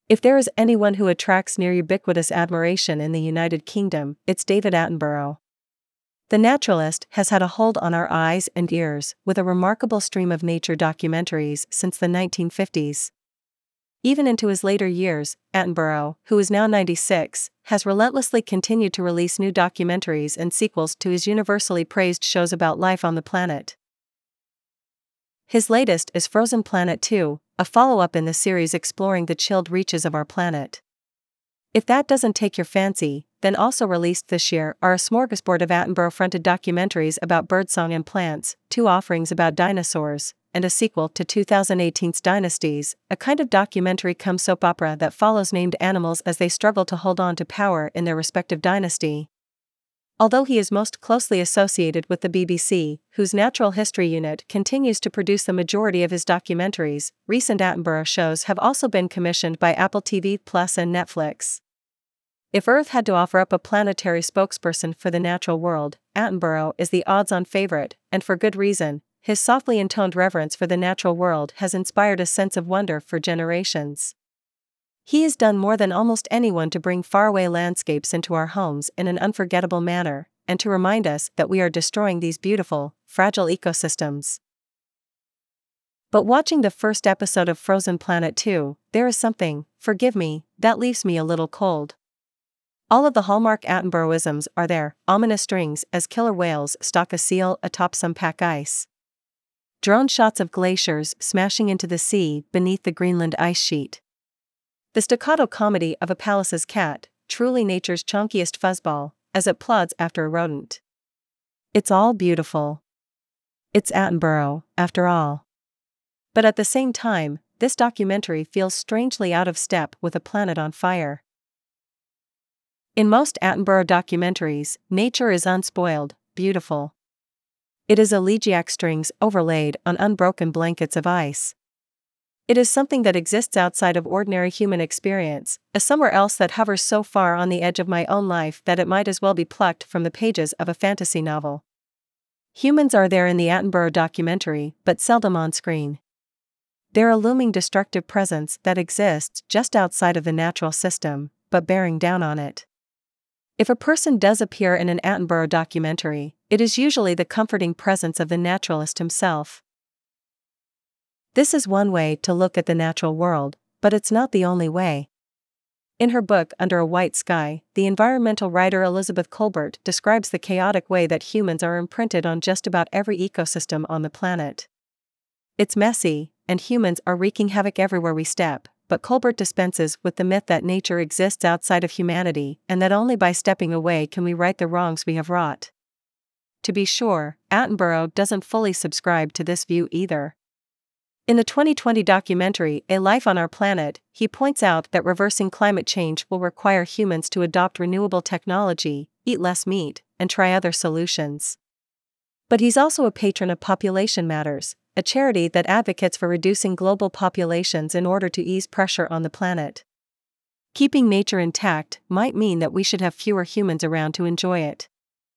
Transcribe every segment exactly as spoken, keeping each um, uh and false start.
If there is anyone who attracts near ubiquitous admiration in the United Kingdom, it's David Attenborough. The naturalist has had a hold on our eyes and ears with a remarkable stream of nature documentaries since the nineteen fifties. Even into his later years, Attenborough, who is now ninety-six, has relentlessly continued to release new documentaries and sequels to his universally praised shows about life on the planet. His latest is Frozen Planet two, a follow-up in the series exploring the chilled reaches of our planet. If that doesn't take your fancy, then also released this year are a smorgasbord of Attenborough-fronted documentaries about birdsong and plants, two offerings about dinosaurs, and a sequel to two thousand eighteen's Dynasties, a kind of documentary cum soap opera that follows named animals as they struggle to hold on to power in their respective dynasty. Although he is most closely associated with the B B C, whose Natural History Unit continues to produce the majority of his documentaries, recent Attenborough shows have also been commissioned by Apple T V Plus and Netflix. If Earth had to offer up a planetary spokesperson for the natural world, Attenborough is the odds-on favorite, and for good reason. His softly intoned reverence for the natural world has inspired a sense of wonder for generations. He has done more than almost anyone to bring faraway landscapes into our homes in an unforgettable manner, and to remind us that we are destroying these beautiful, fragile ecosystems. But watching the first episode of Frozen Planet two, there is something, forgive me, that leaves me a little cold. All of the hallmark Attenboroughisms are there, ominous strings as killer whales stalk a seal atop some pack ice. Drone shots of glaciers smashing into the sea beneath the Greenland ice sheet. The staccato comedy of a Pallas's cat, truly nature's chunkiest fuzzball, as it plods after a rodent. It's all beautiful. It's Attenborough, after all. But at the same time, this documentary feels strangely out of step with A Planet on Fire. In most Attenborough documentaries, nature is unspoiled, beautiful. It is elegiac strings overlaid on unbroken blankets of ice. It is something that exists outside of ordinary human experience, a somewhere else that hovers so far on the edge of my own life that it might as well be plucked from the pages of a fantasy novel. Humans are there in the Attenborough documentary, but seldom on screen. They're a looming destructive presence that exists just outside of the natural system, but bearing down on it. If a person does appear in an Attenborough documentary, it is usually the comforting presence of the naturalist himself. This is one way to look at the natural world, but it's not the only way. In her book Under a White Sky, the environmental writer Elizabeth Kolbert describes the chaotic way that humans are imprinted on just about every ecosystem on the planet. It's messy, and humans are wreaking havoc everywhere we step, but Kolbert dispenses with the myth that nature exists outside of humanity and that only by stepping away can we right the wrongs we have wrought. To be sure, Attenborough doesn't fully subscribe to this view either. In the twenty twenty documentary A Life on Our Planet, he points out that reversing climate change will require humans to adopt renewable technology, eat less meat, and try other solutions. But he's also a patron of Population Matters, a charity that advocates for reducing global populations in order to ease pressure on the planet. Keeping nature intact might mean that we should have fewer humans around to enjoy it.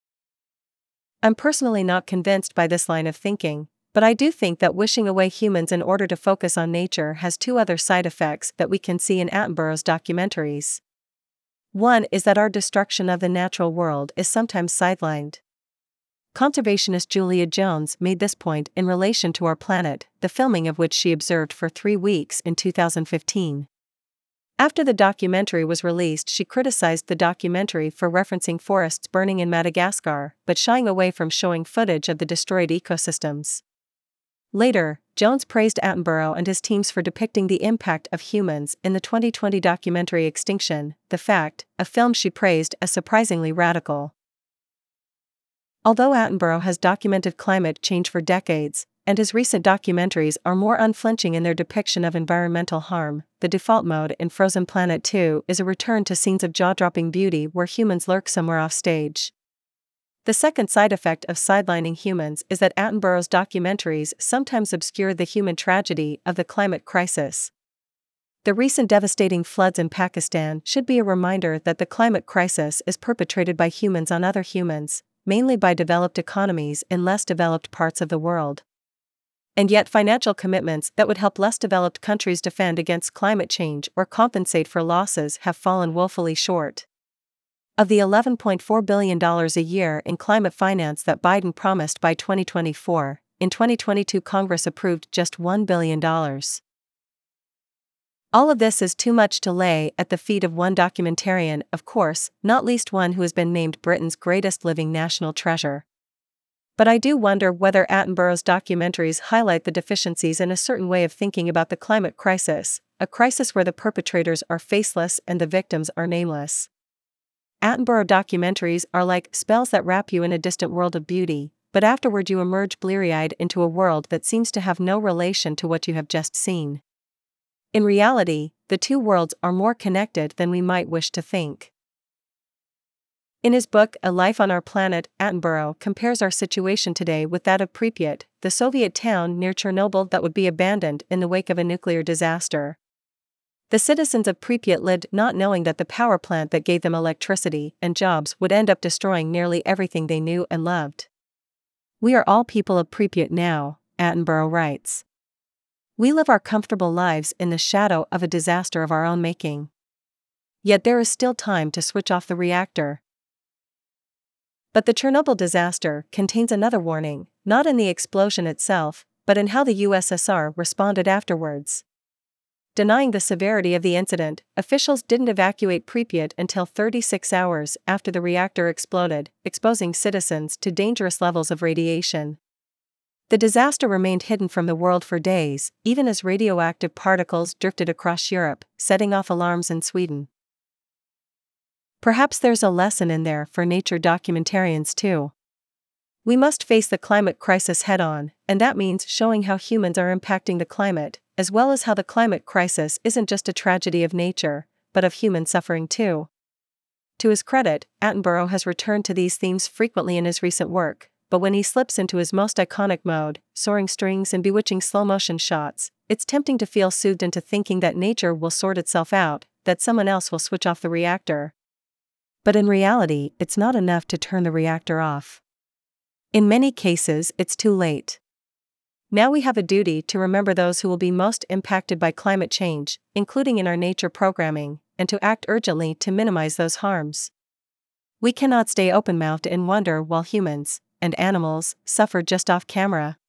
I'm personally not convinced by this line of thinking, but I do think that wishing away humans in order to focus on nature has two other side effects that we can see in Attenborough's documentaries. One is that our destruction of the natural world is sometimes sidelined. Conservationist Julia Jones made this point in relation to Our Planet, the filming of which she observed for three weeks in two thousand fifteen. After the documentary was released, she criticized the documentary for referencing forests burning in Madagascar, but shying away from showing footage of the destroyed ecosystems. Later, Jones praised Attenborough and his teams for depicting the impact of humans in the twenty twenty documentary Extinction, The Fact, a film she praised as surprisingly radical. Although Attenborough has documented climate change for decades, and his recent documentaries are more unflinching in their depiction of environmental harm, the default mode in Frozen Planet two is a return to scenes of jaw-dropping beauty where humans lurk somewhere off-stage. The second side effect of sidelining humans is that Attenborough's documentaries sometimes obscure the human tragedy of the climate crisis. The recent devastating floods in Pakistan should be a reminder that the climate crisis is perpetrated by humans on other humans, mainly by developed economies in less developed parts of the world. And yet financial commitments that would help less developed countries defend against climate change or compensate for losses have fallen woefully short. Of the eleven point four billion dollars a year in climate finance that Biden promised by twenty twenty-four, in twenty twenty-two Congress approved just one billion dollars. All of this is too much to lay at the feet of one documentarian, of course, not least one who has been named Britain's greatest living national treasure. But I do wonder whether Attenborough's documentaries highlight the deficiencies in a certain way of thinking about the climate crisis, a crisis where the perpetrators are faceless and the victims are nameless. Attenborough documentaries are like spells that wrap you in a distant world of beauty, but afterward you emerge bleary-eyed into a world that seems to have no relation to what you have just seen. In reality, the two worlds are more connected than we might wish to think. In his book A Life on Our Planet, Attenborough compares our situation today with that of Pripyat, the Soviet town near Chernobyl that would be abandoned in the wake of a nuclear disaster. The citizens of Pripyat lived not knowing that the power plant that gave them electricity and jobs would end up destroying nearly everything they knew and loved. We are all people of Pripyat now, Attenborough writes. We live our comfortable lives in the shadow of a disaster of our own making. Yet there is still time to switch off the reactor. But the Chernobyl disaster contains another warning, not in the explosion itself, but in how the U S S R responded afterwards. Denying the severity of the incident, officials didn't evacuate Pripyat until thirty-six hours after the reactor exploded, exposing citizens to dangerous levels of radiation. The disaster remained hidden from the world for days, even as radioactive particles drifted across Europe, setting off alarms in Sweden. Perhaps there's a lesson in there for nature documentarians too. We must face the climate crisis head-on, and that means showing how humans are impacting the climate, as well as how the climate crisis isn't just a tragedy of nature, but of human suffering too. To his credit, Attenborough has returned to these themes frequently in his recent work, but when he slips into his most iconic mode, soaring strings and bewitching slow-motion shots, it's tempting to feel soothed into thinking that nature will sort itself out, that someone else will switch off the reactor. But in reality, it's not enough to turn the reactor off. In many cases, it's too late. Now we have a duty to remember those who will be most impacted by climate change, including in our nature programming, and to act urgently to minimize those harms. We cannot stay open-mouthed in wonder while humans, and animals, suffer just off camera.